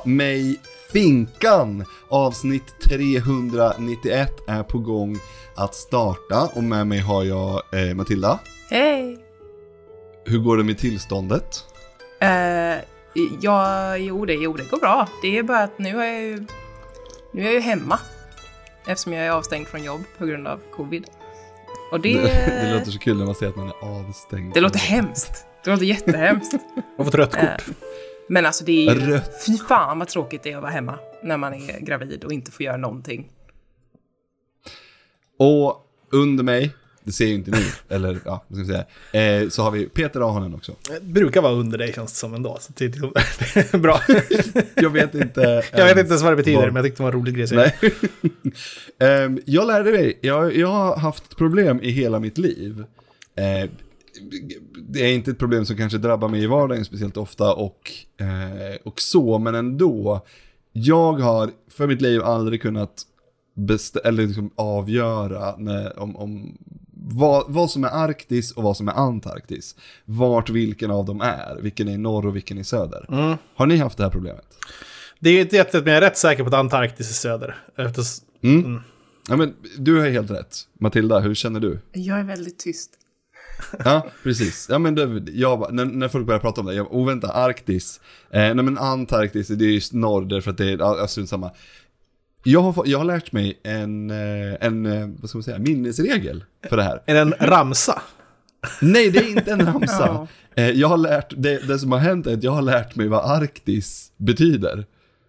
mig Finkan. Avsnitt 391 är på gång att starta. Och med mig har jag Matilda. Hej! Hur går det med tillståndet? Jo, det går bra. Det är bara att nu är jag ju hemma. Eftersom jag är avstängd från jobb på grund av covid. Och det låter så kul när man säger att man är avstängd. Det låter hemskt. Det låter jättehemskt. Man får ett rött kort. Men alltså det är ju... Fy fan vad tråkigt det är att vara hemma när man är gravid och inte får göra någonting. Och under mig, det ser ju inte ni, eller ja, vad ska jag säga, så har vi Peter Ahonen också. Det brukar vara under dig, känns det som ändå. Så det är bra. Jag vet inte ens vad det betyder, men jag tyckte det var en rolig grej. Nej. Jag lärde mig, jag har haft problem i hela mitt liv. Det är inte ett problem som kanske drabbar mig i vardagen speciellt ofta och så, men ändå. Jag har för mitt liv aldrig kunnat eller liksom avgöra om vad som är Arktis och vad som är Antarktis. Vart vilken av dem är. Vilken är i norr och vilken är i söder. Har ni haft det här problemet? Det är inte jättelätt, men jag är rätt säker på att Antarktis är söder. Ja, men du har helt rätt. Matilda, hur känner du? Jag är väldigt tyst. Ja, precis. Ja, men när folk börjar prata om det, vänta, Arktis. Nej, men Antarktis, det är ju norr därför att det är absolut samma. Jag har lärt mig en vad ska man säga, minnesregel för det här. Är det en ramsa? Nej, det är inte en ramsa. Jag har lärt, det som har hänt är att jag har lärt mig vad Arktis betyder.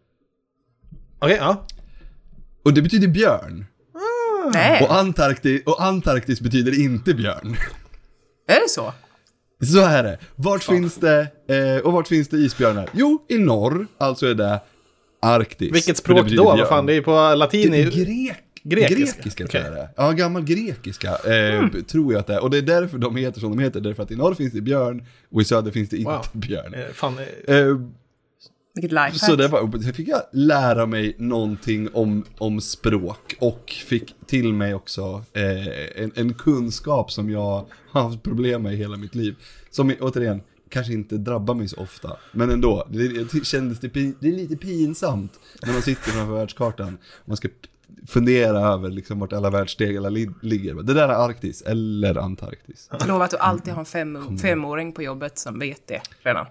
Okej, ja. Och det betyder björn. Nej. Och Antarktis betyder inte björn. Är det så? Så är det. Vart finns det isbjörnar? Jo, i norr, alltså är det Arktis. Vilket språk då? Vad fan, det är på latin. Grekiska tror jag det. Ja, gammal grekiska tror jag att det är. Och det är därför de heter som de heter. Därför att i norr finns det björn och i söder finns det inte björn. Vilket lifehack. Så det fick jag lära mig någonting om språk. Och fick till mig också en kunskap som jag har haft problem med i hela mitt liv. Som återigen kanske inte drabbar mig så ofta. Men ändå, det kändes det är lite pinsamt när man sitter framför världskartan. Man ska fundera över liksom vart alla världsdelar ligger. Det där är Arktis eller Antarktis. Jag lovar att du alltid har en femåring på jobbet som vet det redan.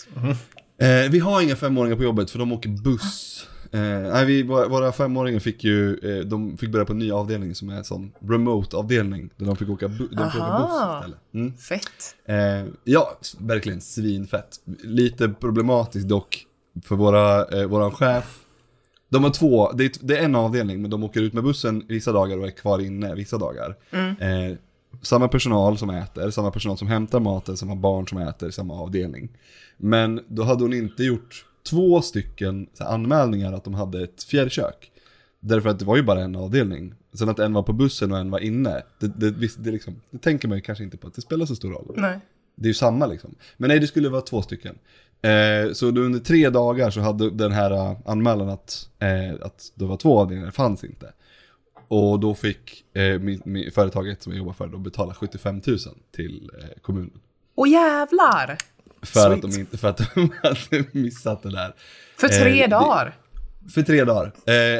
Vi har inga 5-åringar på jobbet för de åker buss. Våra 5-åringar fick fick börja på en ny avdelning som är en sån remote-avdelning där de fick åka buss istället. Fett. Ja, verkligen svinfett. Lite problematiskt dock för våran chef. De har två, det är en avdelning men de åker ut med bussen vissa dagar och är kvar inne vissa dagar. Samma personal som äter, samma personal som hämtar maten, samma barn som äter i samma avdelning. Men då hade hon inte gjort 2 stycken anmälningar att de hade ett fjärrkök. Därför att det var ju bara en avdelning. Sen att en var på bussen och en var inne. Det tänker man ju kanske inte på att det spelar så stor roll. Nej. Det är ju samma liksom. Men nej, det skulle vara 2 stycken. Så under 3 dagar så hade den här anmälan att det var 2 avdelningar, det fanns inte. Och då fick företaget som jag jobbar för då betala 75 000 till kommunen. Åh jävlar! För att de hade missat det där. För 3 dagar? För 3 dagar.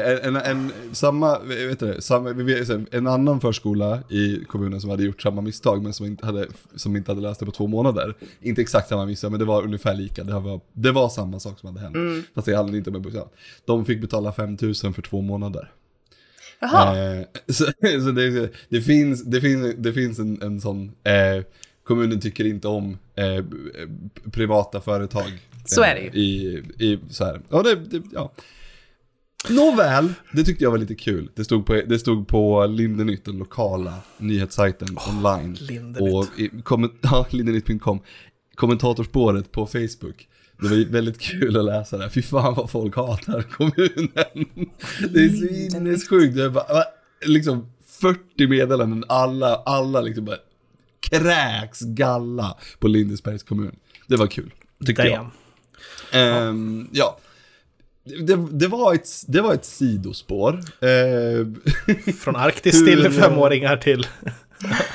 En annan förskola i kommunen som hade gjort samma misstag men som inte hade läst det på 2 månader. Inte exakt samma misstag, men det var ungefär lika. Det var samma sak som hade hänt. Fast det handlade inte om en buss. De fick betala 5 000 för 2 månader. Jaha. Så det finns en sån... kommunen tycker inte om privata företag. Så är det ju. I så här. Ja. Nåväl, det tyckte jag var lite kul. Det stod på Lindenytt, den lokala nyhetssajten online. Lindenytt.com. Kommentatorspåret på Facebook. Det var väldigt kul att läsa det. Fy fan vad folk hatar kommunen. Det är sinnessjukt. Det är bara, liksom 40 meddelanden. Alla liksom bara kräks galla på Lindesbergs kommun. Det var kul, tyckte jag. Ja. Det var ett sidospår. Från Arktis till 5-åringar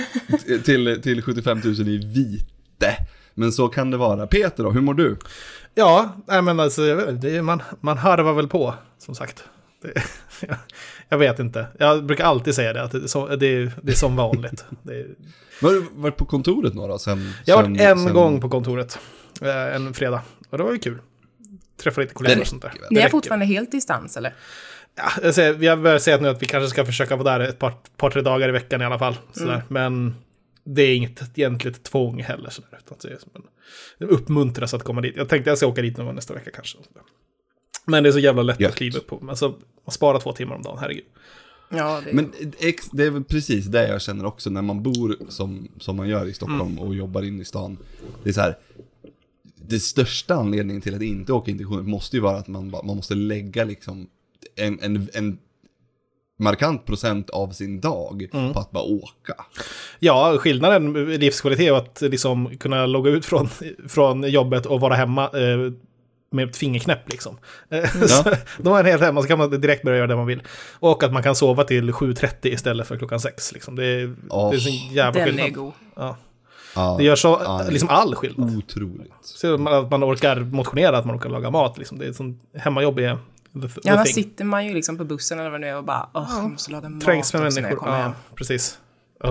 till 75 000 i vite. Men så kan det vara. Peter då, hur mår du? Ja, nej, men alltså, man harvar väl på, som sagt. Jag vet inte. Jag brukar alltid säga det, att det är som vanligt. Har du varit på kontoret några sen? Jag har varit en gång på kontoret, en fredag. Och det var ju kul. Träffa lite kollegor och sånt där. Ni är fortfarande helt distans, eller? Ja, vi har börjat säga nu att vi kanske ska försöka vara där ett par 3 dagar i veckan i alla fall. Sådär. Men det är inget egentligt tvång heller. Sådär, utan det uppmuntras att komma dit. Jag tänkte jag ska åka dit någon nästa vecka kanske. Men det är så jävla lätt att kliva upp på. Alltså, man sparar 2 timmar om dagen, herregud. Ja, Men det är väl precis det jag känner också när man bor som man gör i Stockholm och jobbar in i stan. Det är så här, det största anledningen till att inte åka in till kontoret måste ju vara att man måste lägga liksom en markant procent av sin dag på att bara åka. Ja, skillnaden i livskvalitet är att liksom kunna logga ut från jobbet och vara hemma med ett fingerknäpp liksom. Så, då är man helt hemma, så kan man direkt börja göra det man vill. Och att man kan sova till 7:30 istället för klockan 6 liksom. Det är så jävla skillnad. Den är god. Ja. Det gör så liksom all skillnad. Otroligt. Så att man orkar motionera, att man orkar laga mat liksom. Det är sån hemmajobb är Annars sitter man ju liksom på bussen eller vad det nu är och bara jag måste laga mat. Trängs med människor. Ja, precis.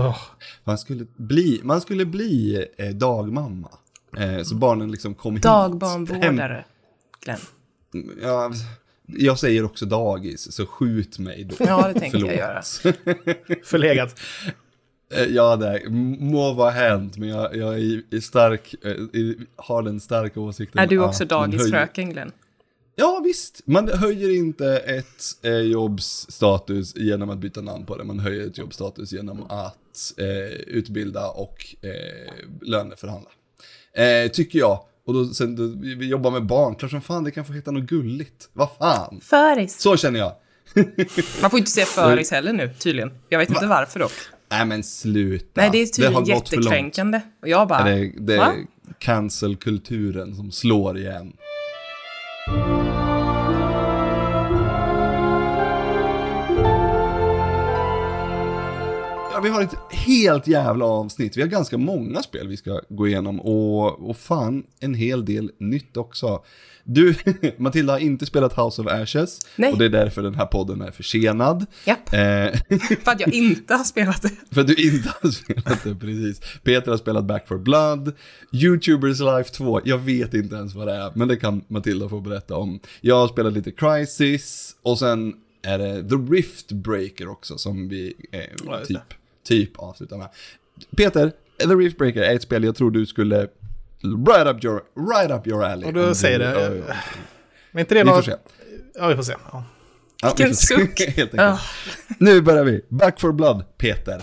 Man skulle bli dagmamma. Så barnen liksom kom hit. Dagbarnvårdare, Glenn. Ja, jag säger också dagis, så skjut mig då. Ja, det tänker jag göra. Förlegat. Ja, det må vara hänt, men jag är stark, har den starka åsikten. Är du också dagisfröken, Glenn? Ja, visst. Man höjer inte ett jobbsstatus genom att byta namn på det. Man höjer ett jobbstatus genom att utbilda och löneförhandla. Tycker jag. Och då vi jobbar med barn. Klart som fan, det kan få heta något gulligt. Vad fan? Föris. Så känner jag. Man får inte säga föris heller nu, tydligen. Jag vet inte varför dock. Nej, men sluta. Nej, det är tydligen jättekränkande. Och jag bara... Det är cancel-kulturen som slår igen. Vi har ett helt jävla avsnitt. Vi har ganska många spel vi ska gå igenom. Och fan, en hel del nytt också. Du, Matilda, har inte spelat House of Ashes. Nej. Och det är därför den här podden är försenad. Japp. För att jag inte har spelat det. För att du inte har spelat det, precis. Peter har spelat Back 4 Blood. YouTubers Life 2, jag vet inte ens vad det är. Men det kan Matilda få berätta om. Jag har spelat lite Crysis. Och sen är det The Rift Breaker också, som vi typ avslutar med. Peter, The Rift Breaker är ett spel jag tror du skulle right up your alley. Och du säger det. Men inte det vi får se. Ja, vi får se. Ja, vilken suck. Helt enkelt. Nu börjar vi. Back 4 Blood, Peter.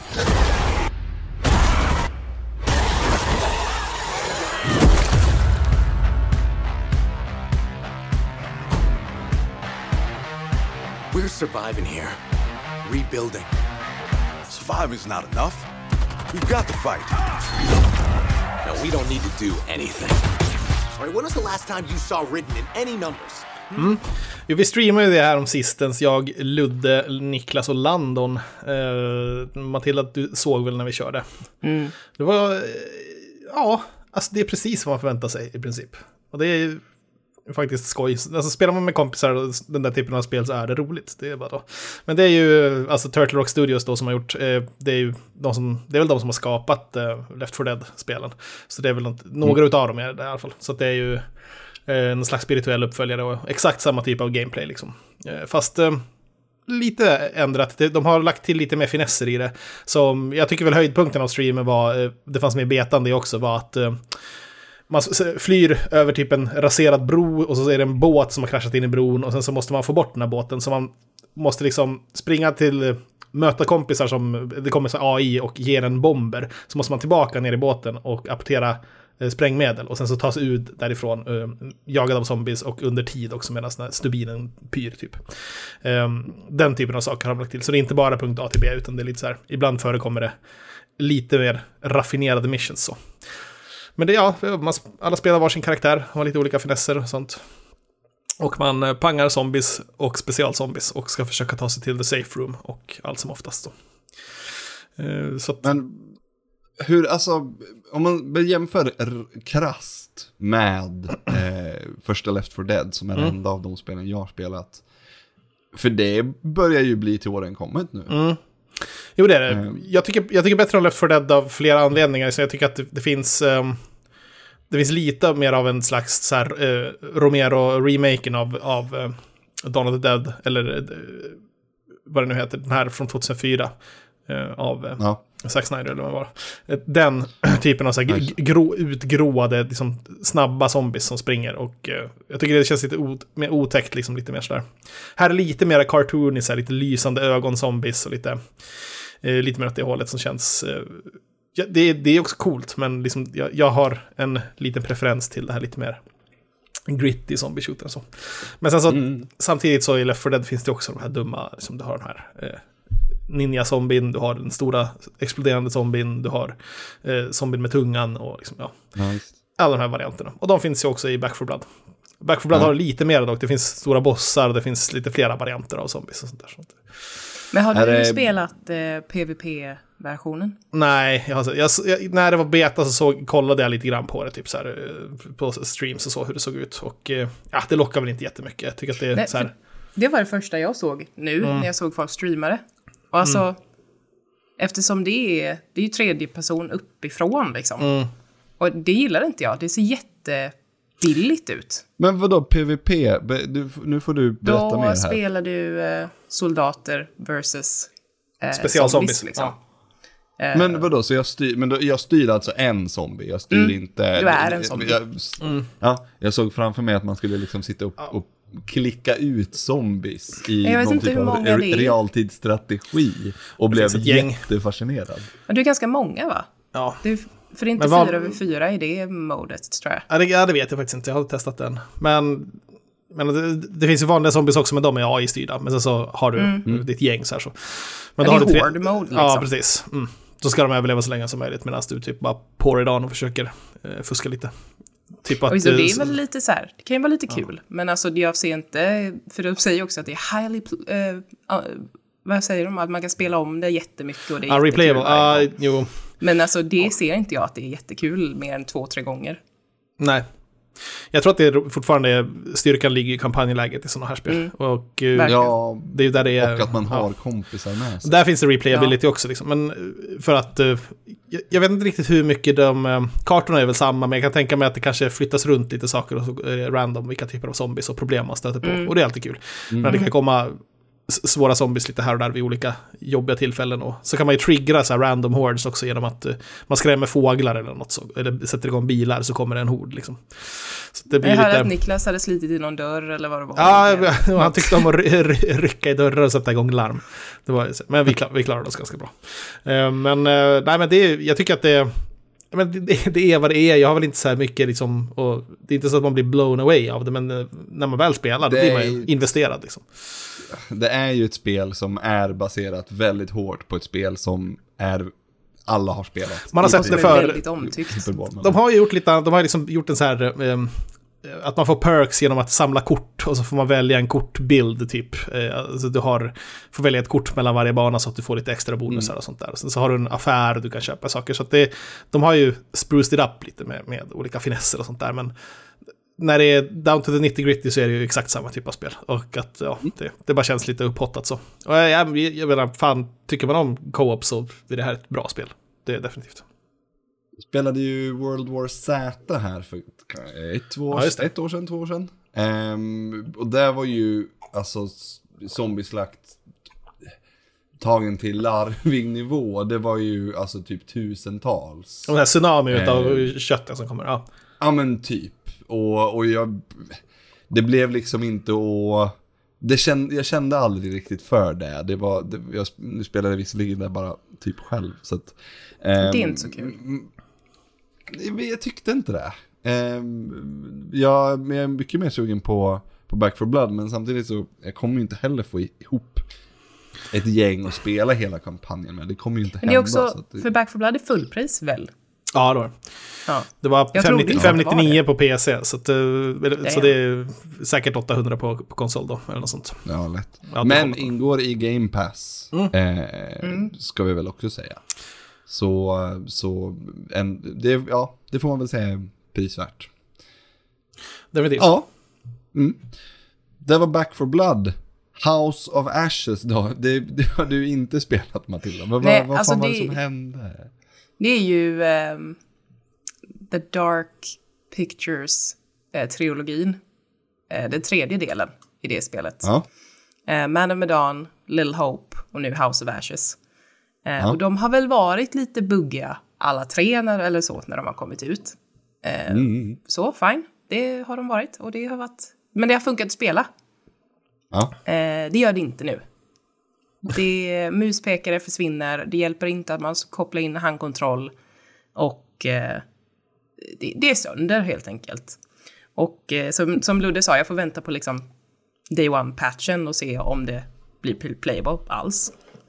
We're surviving here. Rebuilding. Surviving's not enough. We've got to fight. No, we don't need to do anything. All right, when was the last time you saw written in any numbers? Jo, vi streamade det här om sistens. Jag, Ludde, Niklas och Landon. Matilda, du såg väl när vi körde. Det var... alltså det är precis vad man förväntar sig i princip. Och det är faktiskt skoj. Alltså spelar man med kompisar och den där typen av spel så är det roligt. Det är bara då. Men det är ju alltså Turtle Rock Studios då som har gjort, det är ju det är väl de som har skapat Left 4 Dead-spelen. Så det är väl några utav dem är det i alla fall. Så det är ju en slags spirituell uppföljare och exakt samma typ av gameplay liksom. Fast lite ändrat. De har lagt till lite mer finesser i det. Så jag tycker väl höjdpunkten av streamen var, det fanns med betan det också, var att man flyr över typ en raserad bro och så är det en båt som har kraschat in i bron och sen så måste man få bort den här båten, så man måste liksom springa till möta kompisar som det kommer så AI och ger en bomber, så måste man tillbaka ner i båten och apportera sprängmedel och sen så ta sig ut därifrån jagad av zombies och under tid också medan stubinen pyr typ. Den typen av saker har man lagt till, så det är inte bara punkt A till B utan det är lite så här, ibland förekommer det lite mer raffinerade missions så. Men det alla spelar varsin karaktär, har lite olika finesser och sånt. Och man pangar zombies och specialzombies och ska försöka ta sig till the safe room och allt som oftast då. Så att... Men hur, alltså, om man jämför krasst med första Left 4 Dead som är enda av de spelen jag har spelat. För det börjar ju bli till åren kommet nu. Jo, det är det. Jag tycker bättre om Left 4 Dead av flera anledningar. Så jag tycker att det finns lite mer av en slags så här, Romero-remaken av Dawn of the Dead. Eller vad det nu heter. Den här från 2004. Av Zack Snyder eller vad det var. Den typen av så här, utgråade liksom, snabba zombies som springer. Och jag tycker det känns lite mer otäckt. Liksom, lite mer sådär. Här är lite mer cartoon, så här, lite lysande ögon zombies och lite mer åt det hållet som känns... det är också coolt, men liksom, jag har en liten preferens till det här lite mer gritty zombie shooter och så. Men sen så samtidigt så i Left 4 Dead finns det också de här dumma, liksom, du har den här ninja-zombien, du har den stora exploderande zombien, du har zombien med tungan och liksom, alla de här varianterna. Och de finns ju också i Back 4 Blood. Back 4 Blood har lite mer dock, det finns stora bossar, det finns lite flera varianter av zombies och sånt där. Men har du spelat PvP-versionen? Nej, när det var beta så kollade jag lite grann på det, typ så här, på streams och så, hur det såg ut. Och det lockar väl inte jättemycket. Jag tycker att det är så här... Det var det första jag såg nu när jag såg folk streamare. Och alltså, eftersom det är ju tredje person uppifrån liksom. Och det gillar inte jag. Det ser jättebilligt ut. Men vadå PvP? Nu får du berätta mer här. Då spelar du soldater versus specialzombies liksom. Men vadå, så jag styr alltså en zombie. Jag styr inte... Du är en zombie. Jag såg framför mig att man skulle liksom sitta upp och klicka ut zombies i någon typ av realtidsstrategi och blev jättefascinerad. Men du är ganska många, va? Ja. För det är inte 4v4 i det modet, tror jag. Ja, det vet jag faktiskt inte. Jag har testat den. Men det finns ju vanliga zombies också, men de är AI-styrda. Men sen så har du ditt gäng så här så. Men det är hard mode liksom. Ja, precis. Då ska de överleva så länge som möjligt, medan du typ bara på it on och försöker fuska lite. Typ att, det är väl lite så här, det kan ju vara lite kul, men alltså jag ser inte, för de säger också att det är highly vad säger de, att man kan spela om det jättemycket och det är replayable. Jo. Men alltså det ser inte jag att det är jättekul mer än 2-3 gånger. Nej. Jag tror att det fortfarande styrkan ligger i kampanjläget i sådana här spel. Och det är ju där det är. Och att man har kompisar med sig. Där finns det replayability också liksom. Men för att jag vet inte riktigt hur mycket kartorna är väl samma, men jag kan tänka mig att det kanske flyttas runt lite saker och så är det random vilka typer av zombies och problem man stöter på. Och det är alltid kul. Men det kan komma svåra zombies lite här och där vid olika jobbiga tillfällen, och så kan man ju triggra så här random hordes också genom att man skrämmer fåglar eller något så, eller sätter igång bilar så kommer det en hord liksom. Så det blir jag hörde lite... att Niklas hade slitit i någon dörr eller vad det var. Ja, han tyckte om att rycka i dörrar och sätta igång larm. Det var, men vi klarade oss ganska bra. Men jag tycker att det är vad det är. Jag har väl inte så här mycket liksom, och det är inte så att man blir blown away av det, men när man väl spelar då blir man ju investerad liksom. Det är ju ett spel som är baserat väldigt hårt på ett spel som alla har spelat. Man har sett det för väldigt omtyckt. De har ju gjort lite, de har liksom gjort en så här att man får perks genom att samla kort och så får man välja en kortbild typ. Alltså du får välja ett kort mellan varje bana så att du får lite extra bonusar och sånt där. Och sen så har du en affär du kan köpa saker, så att de har ju spruced it up lite med olika finesser och sånt där, men när det är down to the nitty-gritty så är det ju exakt samma typ av spel. Och att det bara känns lite upphottat så. Och jag menar, fan, tycker man om co-op så är det här ett bra spel. Det är definitivt. Jag spelade ju World War Z här för 2 år sedan. Och där var ju alltså zombieslakt tagen till larvig nivå. Det var ju alltså typ tusentals. Och den här tsunami utav köttet som kommer, Ja men typ. Och det blev liksom inte jag kände aldrig riktigt för det. Nu spelade jag visserligen där bara typ själv. Så att, det är inte så kul. Jag tyckte inte det. Jag är mycket mer sugen på Back 4 Blood, men samtidigt så jag kommer ju inte heller få ihop ett gäng och spela hela kampanjen med. Det kommer ju inte hända. Men det är också, för Back 4 Blood är fullpris väl? Ja, då. Ja. Det var 599 på PC, så det är säkert 800 på konsol då, eller något sånt. Ja, lätt. Men ingår i Game Pass, ska vi väl också säga. Så det får man väl säga prisvärt. Definitivt. Ja. Det var Back 4 Blood. House of Ashes då. Det har du inte spelat, Matilda. Men Nej, vad alltså fan var det som hände? Det är ju The Dark Pictures trilogin. Den tredje delen i det spelet. Ja. Man of Medan, Little Hope och nu House of Ashes. Och de har väl varit lite buggiga alla tre eller så när de har kommit ut. Så fine, det har de varit. Och det har varit, men det har funkat att spela. Ja. Det gör det inte nu. Muspekare försvinner. Det hjälper inte att man kopplar in handkontroll. Och det är sönder helt enkelt. Och som Ludde sa, jag får vänta på liksom Day One-patchen och se om det blir playable alls.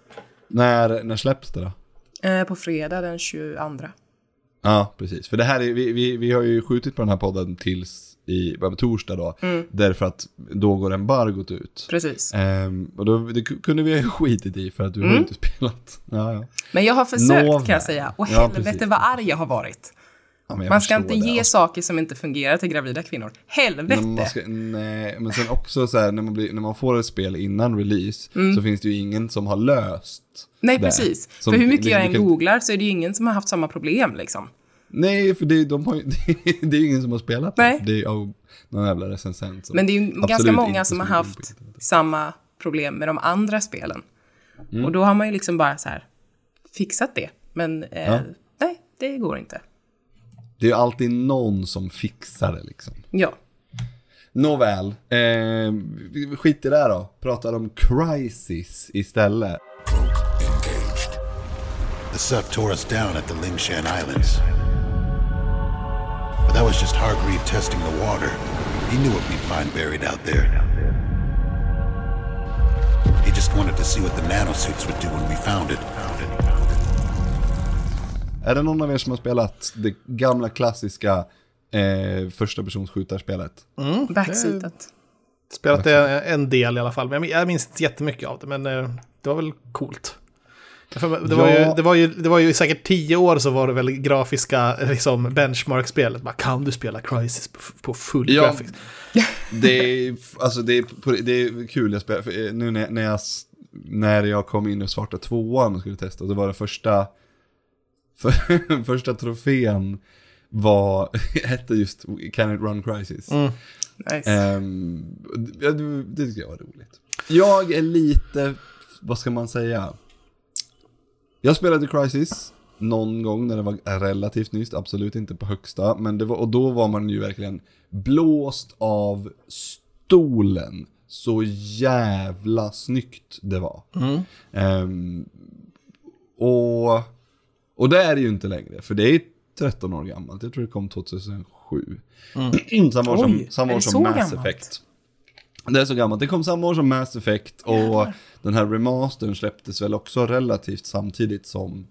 När släpps det då? På fredag den 22. Ja, precis. För det här är, vi har ju skjutit på den här podden tills på torsdag då. Därför att då går embargot ut. Precis. Och då det kunde vi ju skitit i för att du har inte spelat. Ja. Men jag har försökt kan jag säga. Och helvete vad arg jag har varit. Ja, man ska inte ge saker som inte fungerar till gravida kvinnor. Helvete! Men sen också så här, när man får ett spel innan release så finns det ju ingen som har löst. Nej, precis. För hur mycket jag än googlar så är det ju ingen som har haft samma problem liksom. Nej, för det är ju ingen som har spelat det. Det är någon jävla recensent. Men det är ju ganska många som har haft samma problem med de andra spelen. Och då har man ju liksom bara så här fixat det. Men nej, det går inte. Det är alltid någon som fixar det liksom. Ja. Nåväl, skit i det här då. Pratar om Crysis istället. Engaged. The Sep tore us down at the Lingshan Islands. But that was just Hargreave testing the water. He knew what we'd find buried out there. He just wanted to see what the nanosuits would do when we found it. Är det någon av er som har spelat det gamla klassiska första persons skjutarspelet? Backseatet. Spelat det en del i alla fall. Men jag minns inte jättemycket av det. Men det var väl coolt. Det var ju säkert 10 år så var det väl grafiska liksom, benchmark-spelet. Bara, kan du spela Crysis på full graphics? Det är kul. Jag spelar, nu när jag kom in och svarta 2:an och skulle testa, så var det första trofén hette just Can It Run Crysis. Nice. Det tycker jag var roligt. Jag är lite, vad ska man säga? Jag spelade Crysis någon gång när det var relativt nytt, absolut inte på högsta, men då var man ju verkligen blåst av stolen. Så jävla snyggt det var. Och det är det ju inte längre, för det är 13 år gammalt. Jag tror det kom 2007. Samma år som Mass Effect. Det är så gammalt. Det kom samma år som Mass Effect. Och den här remastern släpptes väl också relativt samtidigt som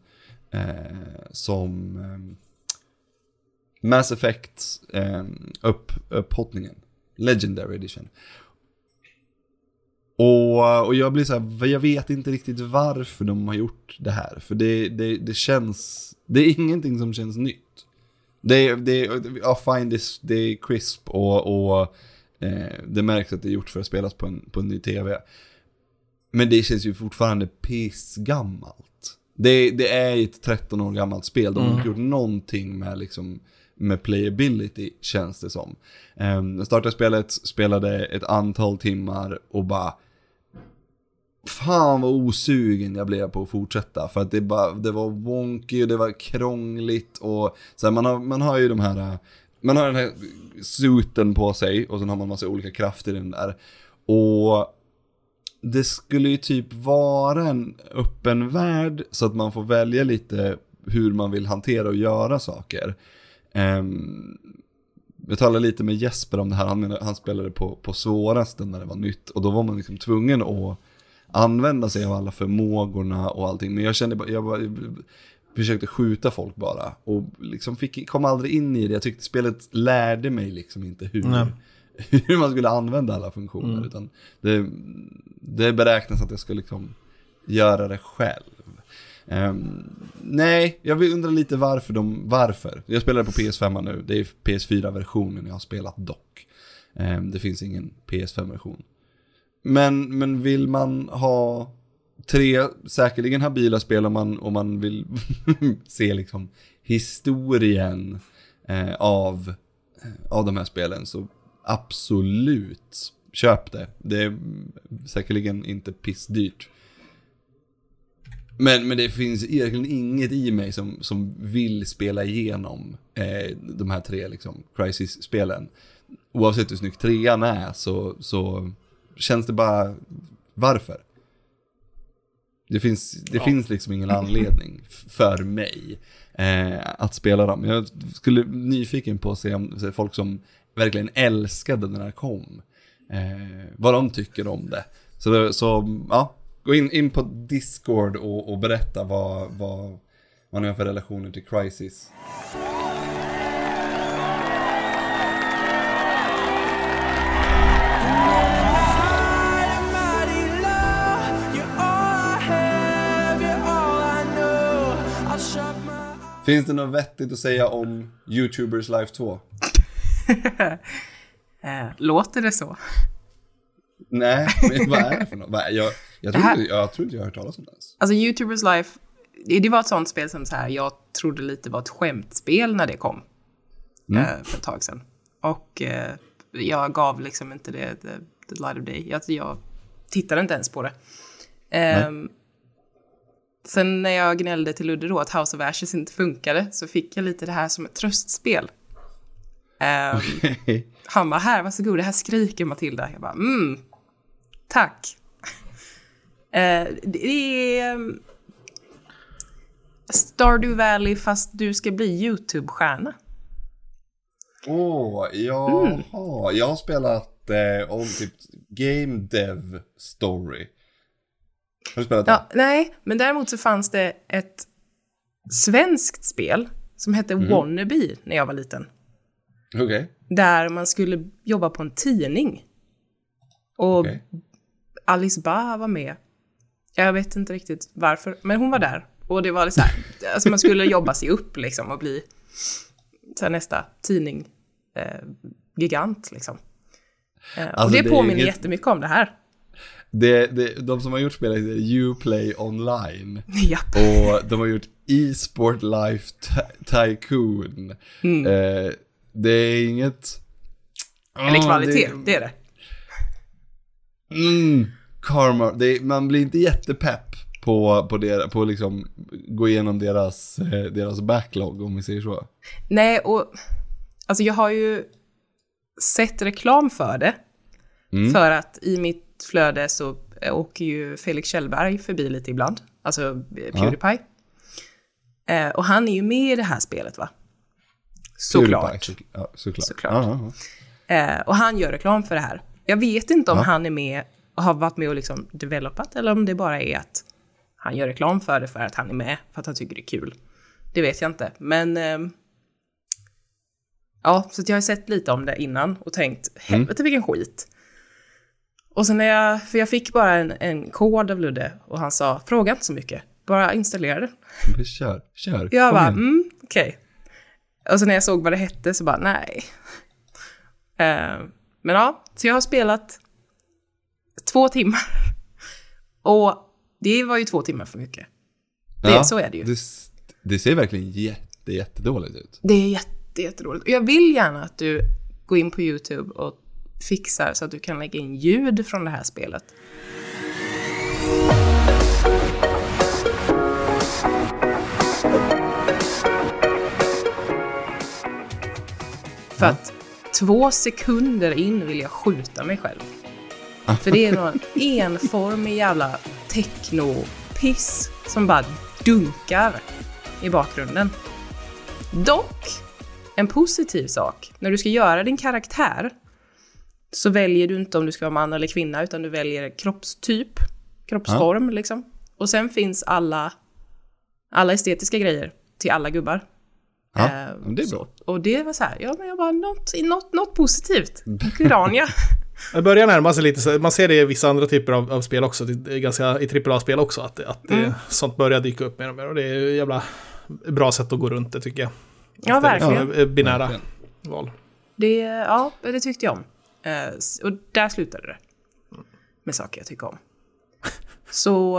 Mass Effect upphottningen. Legendary Edition. Och jag blir så här, jag vet inte riktigt varför de har gjort det här. För det känns, det är ingenting som känns nytt. Det är crisp och det märks att det är gjort för att spelas på en ny tv. Men det känns ju fortfarande pissgammalt. Det är ett 13 år gammalt spel. De har inte gjort någonting med playability, känns det som. Jag startade spelet, spelade ett antal timmar och bara fan vad osugen jag blev på att fortsätta, för att det var wonky och det var krångligt och så här, man har ju man har den här suiten på sig och sen har man massa olika krafter i den där, och det skulle ju typ vara en öppen värld så att man får välja lite hur man vill hantera och göra saker. Jag talade lite med Jesper om det här. Han spelade på svåraste när det var nytt, och då var man liksom tvungen att använda sig av alla förmågorna och allting. Men jag kände jag försökte skjuta folk bara och liksom kom aldrig in i det. Jag tyckte spelet lärde mig liksom inte hur man skulle använda alla funktioner, utan det beräknas att jag skulle liksom göra det själv. Nej, jag vill undra lite varför. Jag spelar på PS5 nu. Det är PS4-versionen jag har spelat dock. Det finns ingen PS5-version. Men vill man ha 3 säkerligen habila spel om man vill se liksom historien av de här spelen, så absolut köp det. Det är säkerligen inte pissdyrt. Men det finns egentligen inget i mig som vill spela igenom de här 3 liksom Crysis-spelen. Oavsett hur snyggt 3an är så känns det bara varför. Det finns liksom ingen anledning för mig att spela dem. Jag skulle nyfiken på att se om folk som verkligen älskade den här kom, vad de tycker om det. Så ja, gå in på Discord och berätta vad man har för relationer till Crysis. Finns det något vettigt att säga om YouTubers Life 2? Låter det så? Nej, men vad är det för något? Jag tror inte jag har hört talas om det ens. Alltså YouTubers Life, det var ett sånt spel som så här, jag trodde lite var ett skämtspel när det kom. För ett tag sedan. Och jag gav liksom inte det the light of day. Jag tittade inte ens på det. Sen när jag gnällde till Ludde då att House of Ashes inte funkade, så fick jag lite det här som ett tröstspel. Han bara, här, varsågod, det här skriker Matilda. Jag bara, tack. Det är Stardew Valley fast du ska bli YouTube-stjärna. Jag har spelat om typ Game Dev Story. Har du spelat det? Ja, nej, men däremot så fanns det ett svenskt spel som hette Wannabe när jag var liten. Okej. Där man skulle jobba på en tidning. Och Alice Bah var med. Jag vet inte riktigt varför, men hon var där. Och det var så här, alltså man skulle jobba sig upp liksom och bli så här, nästa tidning gigant liksom. Och det påminner jättemycket om det här. De som har gjort spelet heter Uplay Online. Japp. Och de har gjort eSport Life Tycoon. Det är inget... Eller kvalitet, det är det. Karma. Man blir inte jättepepp på liksom gå igenom deras backlog, om vi säger så. Nej, och alltså jag har ju sett reklam för det. För att i mitt flöde så åker ju Felix Kjellberg förbi lite ibland. Alltså PewDiePie. Och han är ju med i det här spelet, va? Såklart. Såklart. Och han gör reklam för det här. Jag vet inte om han är med och har varit med och liksom developat, eller om det bara är att han gör reklam för det för att han är med, för att han tycker det är kul. Det vet jag inte. Men ja, så jag har sett lite om det innan och tänkt, helvete vilken skit. Och sen för jag fick bara en kod av Ludde och han sa, fråga inte så mycket, bara installera det. Kör. Jag bara, okej. Och sen när jag såg vad det hette så bara, nej. Men ja, så jag har spelat 2 timmar. Och det var ju 2 timmar för mycket. Så är det ju. Det ser verkligen jättedåligt ut. Det är jättedåligt. Och jag vill gärna att du går in på YouTube och fixar så att du kan lägga in ljud från det här spelet. För att 2 sekunder in vill jag skjuta mig själv. För det är någon enformig jävla techno-piss som bara dunkar i bakgrunden. Dock, en positiv sak. När du ska göra din karaktär så väljer du inte om du ska vara man eller kvinna, utan du väljer kroppsform liksom. Och sen finns alla estetiska grejer till alla gubbar. Det är bra. Och det var så här, men jag bara, något positivt. Piranha. Det börjar närma sig lite, så man ser det i vissa andra typer av spel också. Det är ganska i AAA-spel också att sånt börjar dyka upp mer och mer. Och det är ett jävla bra sätt att gå runt det, tycker jag. Ja, verkligen. Binära val. Det tyckte jag om. Och där slutade det. Med saker jag tycker om. Så,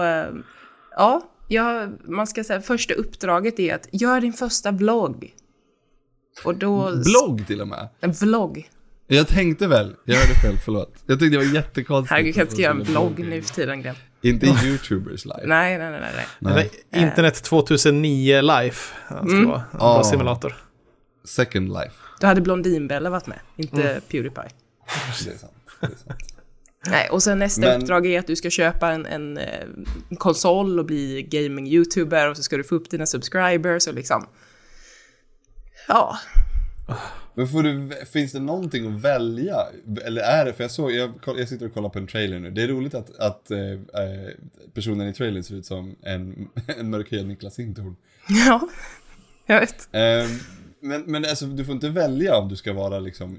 man ska säga, första uppdraget är att göra din första vlogg. Och då... Blogg till och med? En vlogg. Jag tänkte väl, jag hörde fel, förlåt. Jag tyckte det var jättekonstigt. Herregud, kan jag inte göra en blogg nu för tiden, Glenn. Inte YouTubers live. Nej. Internet 2009 life. Det var en bra simulator. Second life. Då hade Blondinbella varit med, inte PewDiePie. Det är sant. Nej, och sen nästa uppdrag är att du ska köpa en konsol och bli gaming-youtuber, och så ska du få upp dina subscribers och liksom... Ja. Men finns det någonting att välja? Eller är det, för jag sitter och kollar på en trailer nu. Det är roligt att personen i trailern ser ut som en mörkhyad Niklas Sintorn. Ja, jag vet. Men alltså, du får inte välja om du ska vara liksom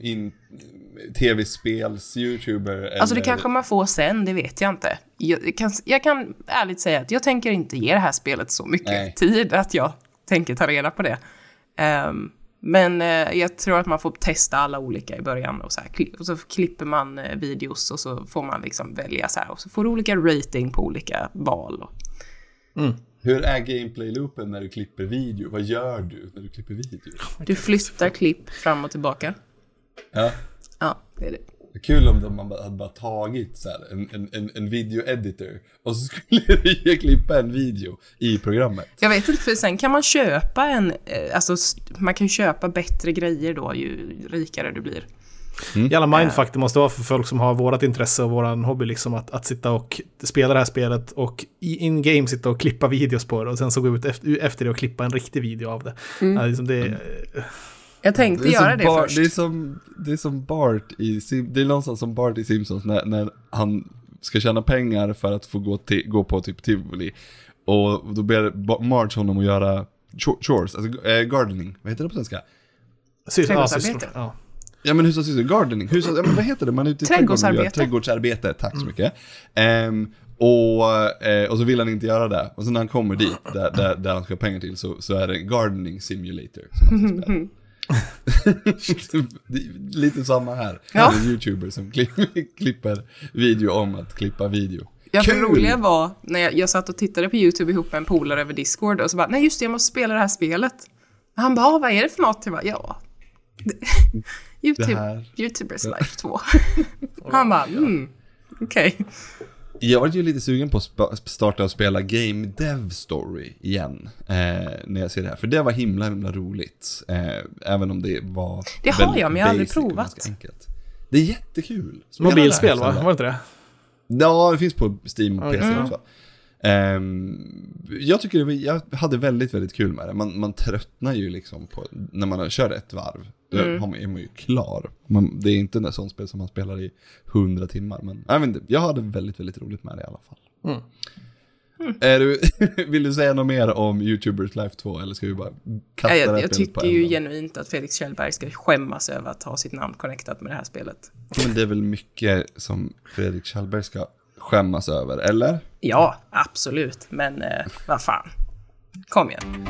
tv-spels-youtuber. Alltså det kanske man får sen, det vet jag inte. Jag kan ärligt säga att jag tänker inte ge det här spelet så mycket tid att jag tänker ta reda på det. Men jag tror att man får testa alla olika i början och så klipper man videos och så får man liksom välja så här, och så får du olika rating på olika val. Hur är gameplay-loopen när du klipper video? Vad gör du när du klipper video? Du flyttar klipp fram och tillbaka. Ja. Ja, det är det. Det är kul om man hade bara tagit så här, en video-editor och så skulle du klippa en video i programmet. Jag vet inte, för sen kan man köpa man kan köpa bättre grejer då ju rikare du blir. Jävla mindfuck det måste vara för folk som har vårat intresse och våran hobby, liksom att sitta och spela det här spelet och in-game sitta och klippa videos på det och sen så gå ut efter det och klippa en riktig video av det. Ja, liksom jag tänkte göra det först. Det är som Bart det är någonstans som Bart i Simpsons när han ska tjäna pengar för att få gå på typ Tivoli, och då ber Marge honom att göra chores, alltså gardening, vad heter det på svenska? Trädgårdsarbete. Ja, men hushållssysslor, gardening, men vad heter det? Man är ute i trädgårdsarbete, tack så mycket. Och så vill han inte göra det. Och så när han kommer dit, där han ska ha pengar till, så är det gardening simulator som han ska spela. Lite samma här. Ja. En YouTuber som klipper video om att klippa video. Ja, det roliga var när jag satt och tittade på YouTube ihop med en polare över Discord, och så bara, nej just det, jag måste spela det här spelet. Och han bara, vad är det för något? Jag bara, YouTubers Life 2. Han bara, okej. Jag var ju lite sugen på att starta och spela Game Dev Story igen när jag ser det här. För det var himla roligt. Även om det var det har jag, men jag har aldrig provat. Det är jättekul. Mobilspel, va? Var det inte det? Ja, det finns på Steam och PC också. Jag tycker jag hade väldigt, väldigt kul med det. Man tröttnar ju liksom på när man har kört ett varv. Då är man ju klar. Det är inte en sån spel som man spelar i 100 timmar. Men jag hade väldigt, väldigt roligt med det i alla fall. Vill du säga något mer om YouTubers Life 2? Eller ska vi bara kasta det här jag tycker ju genuint att Felix Kjellberg ska skämmas över att ha sitt namn connectat med det här spelet. Men det är väl mycket som Fredrik Kjellberg ska skämmas över, eller? Ja, absolut. Men vad fan. Kom igen.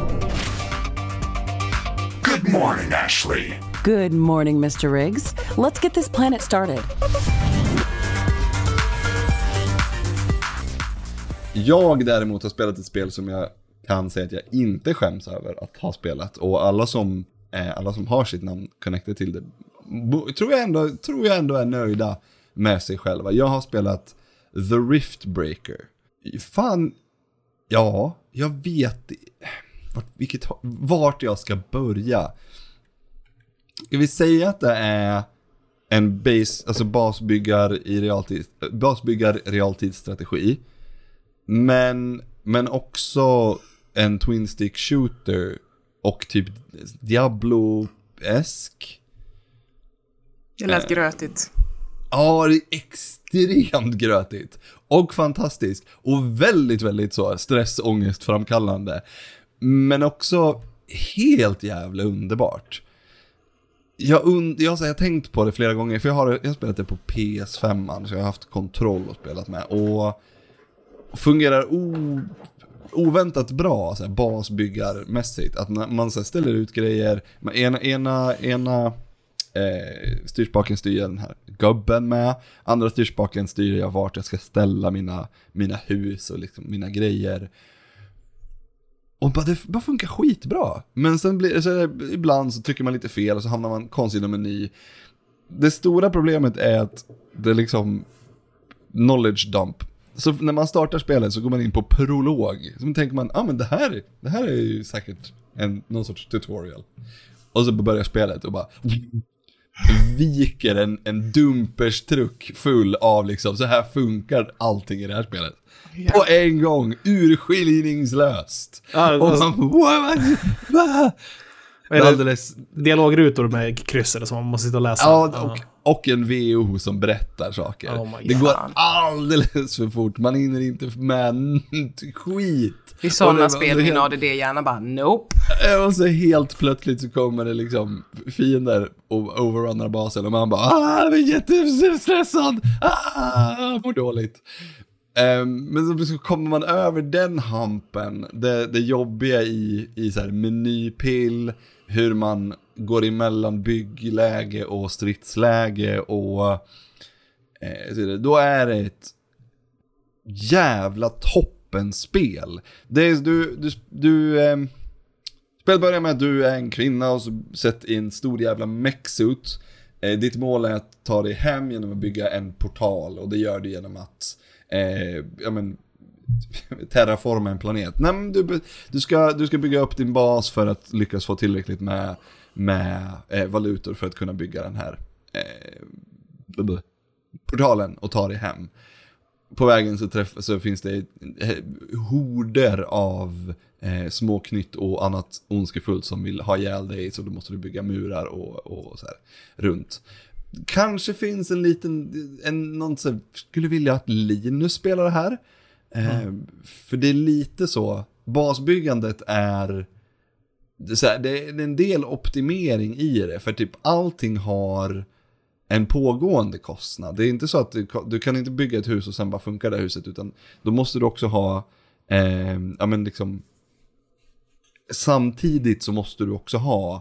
Good morning, Ashley. Good morning, Mr. Riggs. Let's get this planet started. Jag däremot har spelat ett spel som jag kan säga att jag inte skäms över att ha spelat. Och alla som har sitt namn connected till det tror jag ändå är nöjda med sig själva. Jag har spelat The Riftbreaker. Fan, ja, jag vet vart jag ska börja. Ska vi säga att det är en basbyggar realtidsstrategi, men också en twin stick shooter och typ Diablo-esk. Det lät grötigt. Ja, det är extremt grötigt och fantastiskt och väldigt, väldigt så stressångestframkallande, men också helt jävla underbart. Jag har tänkt på det flera gånger, för jag har spelat det på PS5, så jag har haft kontroll och spelat med, och fungerar oväntat bra så här, basbyggarmässigt, att man så här, ställer ut grejer, ena styrspaken styr den här gubben med, andra styrspaken styr jag vart jag ska ställa mina hus och liksom mina grejer. Och det bara funkar skitbra. Men sen ibland så trycker man lite fel och så hamnar man konstigt i en meny. Det stora problemet är att det är liksom knowledge dump. Så när man startar spelet så går man in på prolog. Så tänker man, men det här är ju säkert någon sorts tutorial. Och så börjar spelet och bara viker en dumperstruck full av liksom, så här funkar allting i det här spelet. På en gång, urskillningslöst. Och man alldeles dialogrutor med kryss eller så man måste sitta och läsa. Och en VO som berättar saker. Det går alldeles för fort. Man hinner inte med skit. I sådana spel min ADD-hjärna bara, nope. Och så helt plötsligt så kommer det liksom fiender och overrunnar basen. Och man bara, jag är jättestressad. Mår dåligt. Men så kommer man över den hampen, det jobbiga i så här menypill, hur man går emellan byggläge och stridsläge, och då är det ett jävla toppenspel. Det är, spelet börjar med att du är en kvinna och så sätter in en stor jävla mech-suit. Ditt mål är att ta dig hem genom att bygga en portal, och det gör du genom att terraforma en planet. Nej, men du ska bygga upp din bas för att lyckas få tillräckligt med valutor för att kunna bygga den här portalen och ta dig hem. På vägen så finns det horder av småknytt och annat ondskefullt som vill ha ihjäl dig, så då måste du bygga murar och så här runt. Kanske finns en liten någon som skulle vilja att Linus spelar det här. För det är lite så, basbyggandet är så här, det är en del optimering i det, för typ allting har en pågående kostnad. Det är inte så att du kan inte bygga ett hus och sen bara funkar det huset, utan då måste du också ha liksom, samtidigt så måste du också ha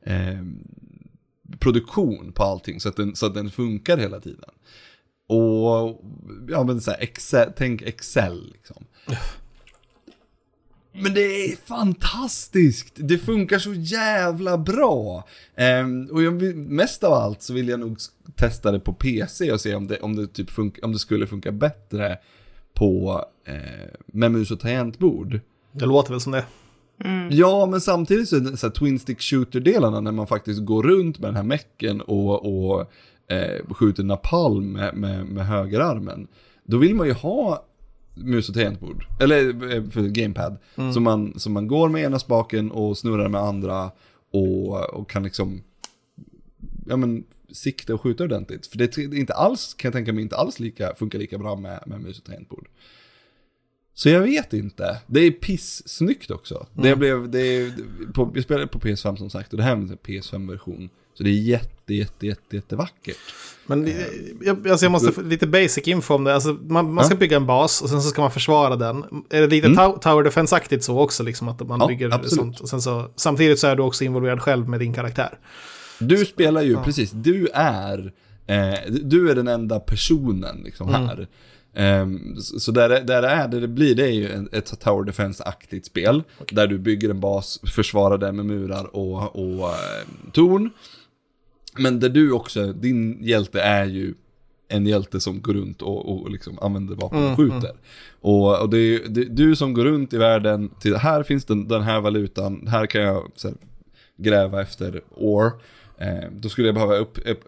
produktion på allting så att den funkar hela tiden. Och så här, tänk Excel liksom. Men det är fantastiskt. Det funkar så jävla bra. Och mest av allt så vill jag nog testa det på PC och se om det skulle funka bättre på med mus och tangentbord. Det låter väl som det. Ja, men samtidigt så här twin stick shooter-delarna, när man faktiskt går runt med den här mecken och skjuter napalm med högerarmen, då vill man ju ha mus och tangentbord, eller för gamepad, så man går med ena spaken och snurrar med andra och kan liksom sikta och skjuta ordentligt, för det är inte alls, kan jag tänka mig, inte alls funkar lika bra med mus och tangentbord. Så jag vet inte. Det är snyggt också. Jag spelade på PS5 som sagt, och det här är en PS5-version. Så det är jätte vackert. Men jag måste få lite basic info om det. Alltså, man ska bygga en bas och sen så ska man försvara den. Är det lite Tower Defense-aktigt så också, liksom, att man bygger absolut. Sånt. Och sen så, samtidigt så är du också involverad själv med din karaktär. Du spelar ju, precis. Du är den enda personen liksom här. Så det blir ju ett Tower Defense-aktigt spel, där du bygger en bas, försvarar den med murar och torn, men där du också, din hjälte är ju en hjälte som går runt och liksom använder vapen och skjuter. Och det är du som går runt i världen till, här finns den här valutan, här kan jag så här, gräva efter ore. Då skulle jag behöva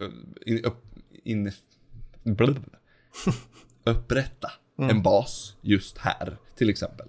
upprätta en bas just här, till exempel.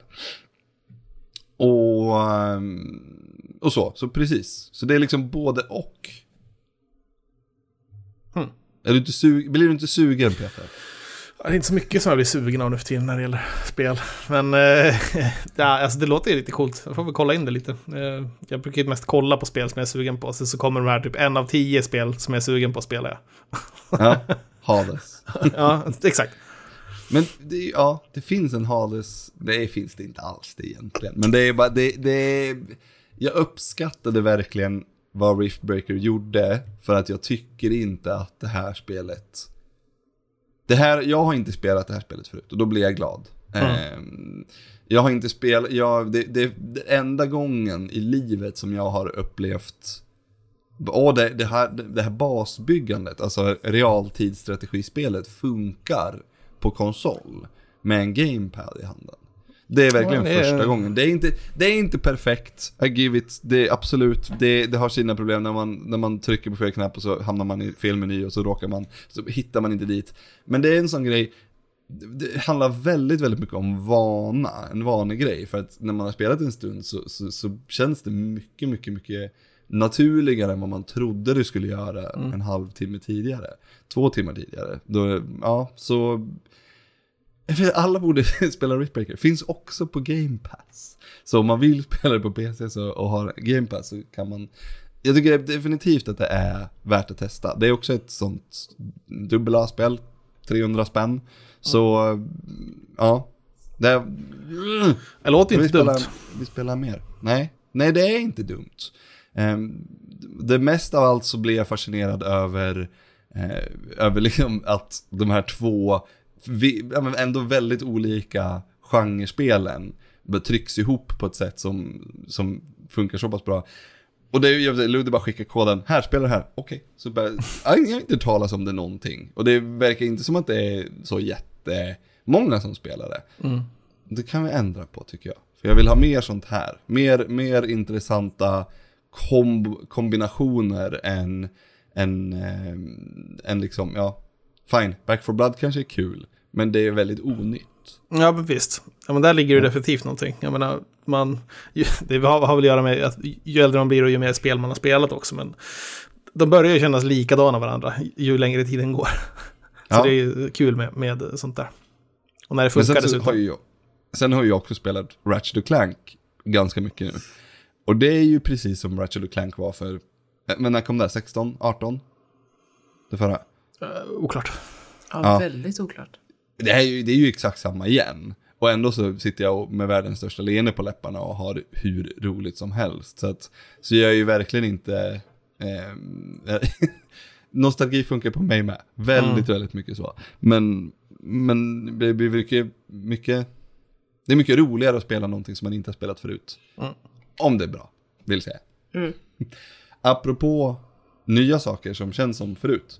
Och så precis. Så det är liksom både och. Blir du inte sugen, Peter? Det är inte så mycket som jag blir sugen av nu för tiden när det gäller spel. Men alltså det låter ju lite coolt. Jag får väl kolla in det lite. Jag brukar ju mest kolla på spel som jag är sugen på. Så kommer de här typ 1 av 10 spel som jag är sugen på att spela. Ja, Hades. Ja, exakt. Men det finns en Hades. Det finns det inte alls det egentligen. Men det är bara, jag uppskattade verkligen vad Riftbreaker gjorde. För att jag tycker inte att det här spelet... jag har inte spelat det här spelet förut och då blir jag glad. Jag har inte spelat... Det är enda gången i livet som jag har upplevt... det här basbyggandet, alltså realtidsstrategispelet funkar på konsol med en gamepad i handen. Det är verkligen första gången. Det är inte perfekt. I give it. Det är absolut. Det har sina problem när man trycker på fel knapp och så hamnar man i fel meny och så hittar man inte dit. Men det är en sån grej. Det handlar väldigt, väldigt mycket om en vanegrej. För att när man har spelat en stund så känns det mycket, mycket, mycket naturligare än vad man trodde det skulle göra en halvtimme tidigare. 2 timmar tidigare. Så... Alla borde spela Riftbreaker. Finns också på Game Pass. Så om man vill spela det på PC och har Game Pass så kan man... Jag tycker definitivt att det är värt att testa. Det är också ett sånt dubbel-A-spel. 300 spänn. Så, ja. Det låter inte dumt. Vi spelar mer. Nej, det är inte dumt. Det mest av allt så blir jag fascinerad över liksom att de här två ändå väldigt olika genrespelen trycks ihop på ett sätt som funkar så pass bra. Och det är Ludde bara skickar koden, här spelar det här, okej. Så bara, jag har inte talat om det någonting. Och det verkar inte som att det är så jättemånga som spelar det. Det kan vi ändra på tycker jag. För jag vill ha mer sånt här. Mer intressanta kombinationer än liksom, ja, fine, Back 4 Blood kanske är kul, men det är väldigt onytt. Ja, men visst. Ja, men där ligger ju definitivt någonting. Jag menar, det har väl att göra med att ju äldre man blir och ju mer spel man har spelat också, men de börjar ju kännas likadana varandra ju längre tiden går. Så det är ju kul med sånt där. Och när det funkar dessutom. Sen har jag också spelat Ratchet & Clank ganska mycket nu. Och det är ju precis som Ratchet & Clank var för, men när kom det? 16, 18? Det förra? Oklart. Ja, väldigt oklart. Det är ju exakt samma igen. Och ändå så sitter jag med världens största leende på läpparna och har hur roligt som helst. Så jag är ju verkligen inte... nostalgi funkar på mig med. Väldigt, väldigt mycket så. Men det blir mycket... Det är mycket roligare att spela någonting som man inte har spelat förut. Om det är bra, vill säga. Apropå nya saker som känns som förut.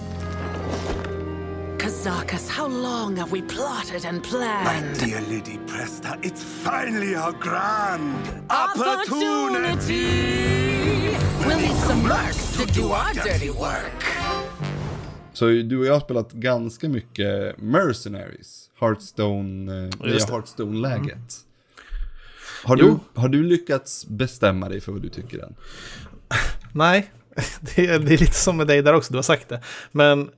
Kazakas, how long have we plotted and planned? My dear Lady Presta, it's finally our grand opportunity! We'll need some mercs to do our dirty work. Så du och jag har spelat ganska mycket Mercenaries. Hearthstone-läget. Har du lyckats bestämma dig för vad du tycker än? Nej, det är lite som med dig där också, du har sagt det. Men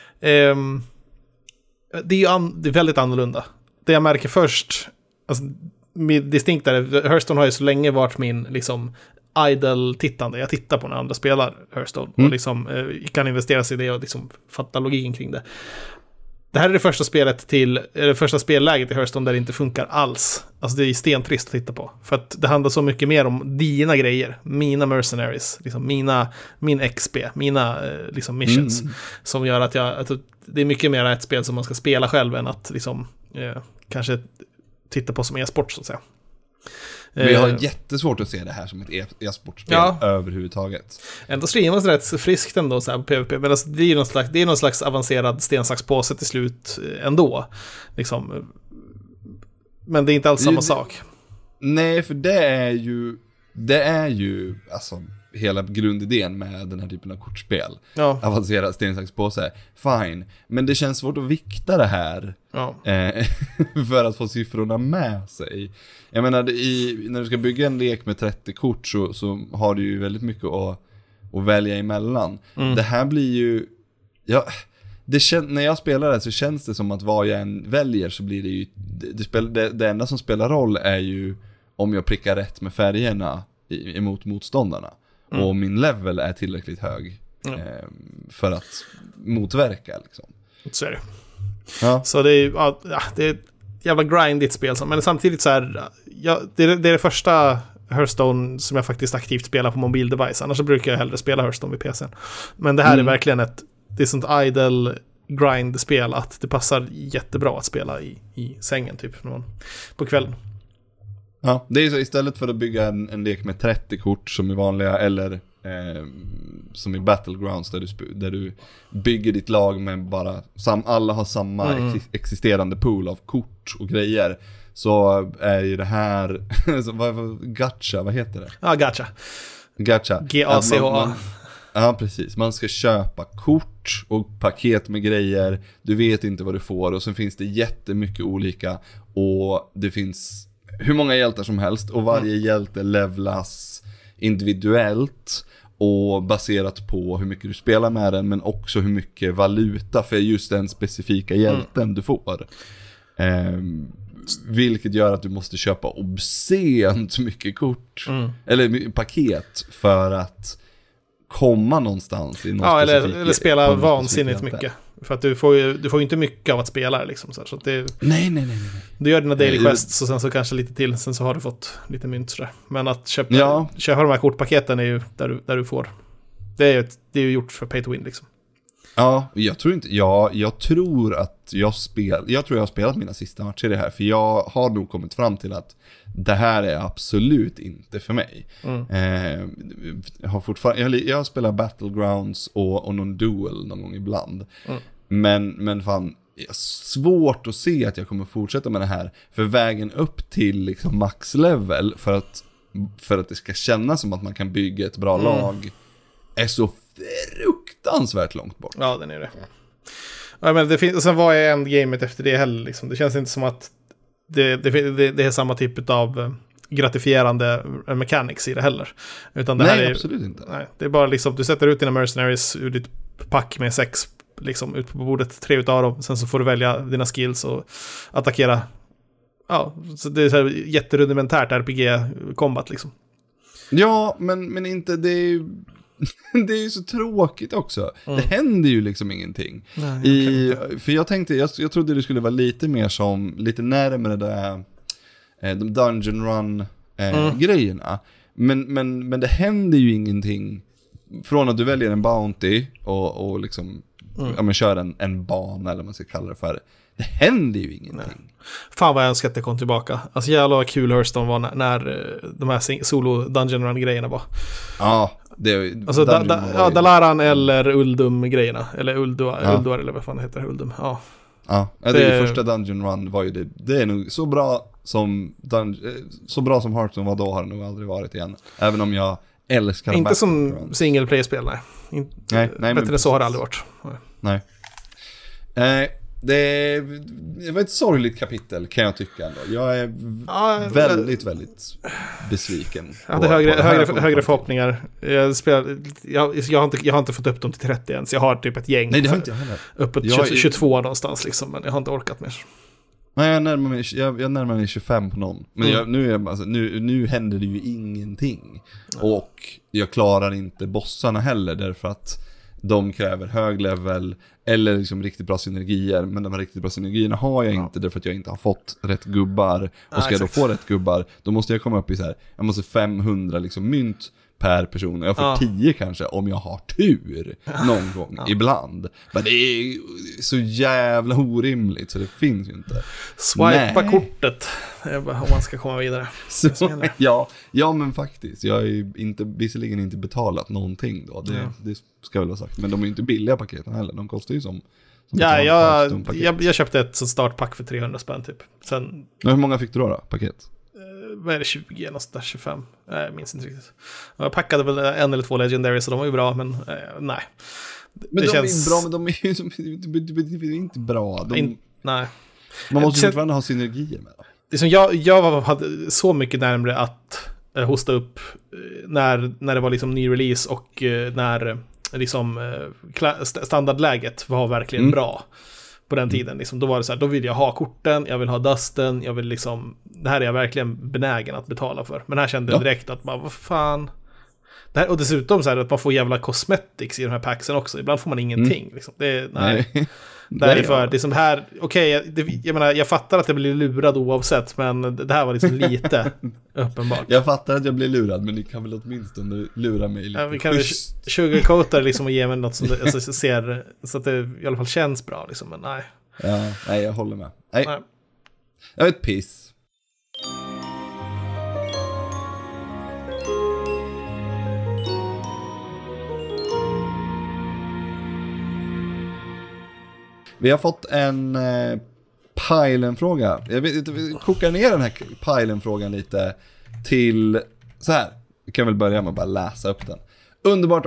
det är väldigt annorlunda. Det jag märker först, alltså, distinkt är Hearthstone har ju så länge varit min liksom idle-tittande. Jag tittar på när andra spelar Hearthstone och liksom kan investera sig i det och liksom fatta logiken kring det. Det här är det första spelläget i Hearthstone där det inte funkar alls. Alltså det är stentrist att titta på. För att det handlar så mycket mer om dina grejer. Mina mercenaries. Liksom min XP. Mina liksom missions. Som gör att det är mycket mer ett spel som man ska spela själv än att liksom, kanske titta på som e-sport så att säga. Men jag har jättesvårt att se det här som ett e-sportspel överhuvudtaget. Ändå streamas det rätt friskt ändå så här på PvP. Men alltså, det är någon slags avancerad stensaxpåse till slut ändå. Liksom. Men det är inte alls samma sak. Nej, för det är ju alltså hela grundidén med den här typen av kortspel. Ja. Avancerad stensaxpåse. Fine. Men det känns svårt att vikta det här. Ja. För att få siffrorna med sig. Jag menar, när du ska bygga en lek med 30 kort så har du ju väldigt mycket att välja emellan. Det här blir ju... när jag spelar det så känns det som att vad jag än väljer så blir det ju det enda som spelar roll är ju om jag prickar rätt med färgerna emot motståndarna och min level är tillräckligt hög för att motverka liksom. Så är det. Ja. Så det är ett jävla grindigt spel, men samtidigt så här, det är det första Hearthstone som jag faktiskt aktivt spelar på mobildevice. Annars så brukar jag hellre spela Hearthstone vid PC:n. Men det här är verkligen det är sånt idle grind-spel att det passar jättebra att spela i sängen typ på kvällen. Ja, det är så istället för att bygga en lek med 30 kort som i vanliga eller som i Battlegrounds där du bygger ditt lag med bara alla har samma existerande pool av kort och grejer, så är ju det här gacha, vad heter det? Ja, gacha. G-A-C-H-A. Ja, precis. Man ska köpa kort och paket med grejer. Du vet inte vad du får. Och så finns det jättemycket olika. Och det finns hur många hjältar som helst. Och varje hjälte levlas individuellt och baserat på hur mycket du spelar med den, men också hur mycket valuta för just den specifika hjälten du får. Vilket gör att du måste köpa obscent mycket kort eller paket för att komma någonstans i någon eller spela vansinnigt mycket. För att du får ju inte mycket av att spela liksom, så att det, nej. Du gör dina daily quests och sen så kanske lite till, sen så har du fått lite mynt så där. Men att köpa de här kortpaketen är ju där du får. Det är ju gjort för pay to win liksom. Ja, jag tror att jag har spelat mina sista matcher i det här, för jag har nog kommit fram till att det här är absolut inte för mig. Jag har spelat Battlegrounds och någon duel någon gång ibland. Men fan, svårt att se att jag kommer fortsätta med det här, för vägen upp till liksom max level för att det ska kännas som att man kan bygga ett bra lag är så fruktansvärt långt bort. Ja, den är det. Ja, men det finns, och sen vad är endgamet efter det heller liksom. Det känns inte som att det är samma typ av gratifierande mechanics i det heller. Utan det här är absolut inte. Nej, det är bara liksom, du sätter ut dina mercenaries ur ditt pack med 6 liksom ut på bordet, 3 utav dem, sen så får du välja dina skills och attackera. Ja, så det är så här jätterudimentärt RPG-combat liksom. Ja, men inte det är ju det är ju så tråkigt också. Det händer ju liksom ingenting. För jag tänkte, jag trodde det skulle vara lite mer som, lite närmare de dungeon run grejerna. Men det händer ju ingenting från att du väljer en bounty och liksom kör en bana eller vad man ska kalla det för. Det händer ju ingenting. Nej. Fan vad jag önskar att det kom tillbaka. Alltså jävla vad kul Hearthstone var när de här solo dungeon run grejerna var. Ja, alltså Dalaran eller Uldum-grejerna. Eller Ulduar eller vad fan det heter. Uldum, ja. Ja, det första Dungeon Run var ju det. Det är nog så bra som Hearthstone var då, har det nog aldrig varit igen. Även om jag älskar inte som single player-spel, nej. Nej, bättre än så har det aldrig varit. Nej. Det var ett sorgligt kapitel, kan jag tycka ändå. Jag är väldigt, väldigt besviken. Jag hade högre förhoppningar. Jag har inte fått upp dem till 30 ens. Jag har typ ett gäng. Nej, det har inte jag heller. Uppåt 22 någonstans liksom, men jag har inte orkat mer. Nej, jag närmar mig 25 på någon. Men nu händer det ju ingenting. Och jag klarar inte bossarna heller, därför att de kräver hög level eller liksom riktigt bra synergier. Men de här riktigt bra synergierna har jag inte, därför att jag inte har fått rätt gubbar. Och ska jag då få rätt gubbar, då måste jag komma upp i så här, jag måste 500 liksom mynt per person. Jag får 10 kanske om jag har tur någon gång ibland. Men det är så jävla orimligt så det finns ju inte. Swipa kortet om man ska komma vidare. Ja, men faktiskt. Jag har ju visserligen inte betalat någonting då. Det ska jag väl ha sagt. Men de är ju inte billiga paketen heller. De kostar ju som jag köpte ett startpack för 300 spänn typ. Sen, hur många fick du då paket? Vad är det, 20 någonstans, 25? Jag minns inte riktigt. Jag packade väl 1 eller 2 Legendary, så de var ju bra, men nej. Men de är bra, men de är ju inte bra. Nej. Man måste ju fortfarande ha synergier med dem. Liksom jag hade så mycket närmare att hosta upp när det var liksom ny release och när liksom, standardläget var verkligen bra på den tiden. Liksom, då var det så här, då vill jag ha korten, jag vill ha dusten, jag vill liksom, det här är jag verkligen benägen att betala för. Men här kände jag direkt att vad fan. Det här, och dessutom så här att man får jävla cosmetics i de här packsen också. Ibland får man ingenting. Liksom. Nej. Därför, det är som här, jag menar, jag fattar att jag blir lurad oavsett, men det här var liksom lite uppenbart. Jag fattar att jag blir lurad, men ni kan väl åtminstone lura mig lite. Vi kan väl sugarcoata liksom och ge mig något som alltså, ser, så att det i alla fall känns bra liksom, men nej. Ja, nej, jag håller med. Nej. Jag vet piss. Vi har fått en Pajlen-fråga. Jag kokar ner den här Pajlen-frågan lite till så här. Vi kan väl börja med att bara läsa upp den. Underbart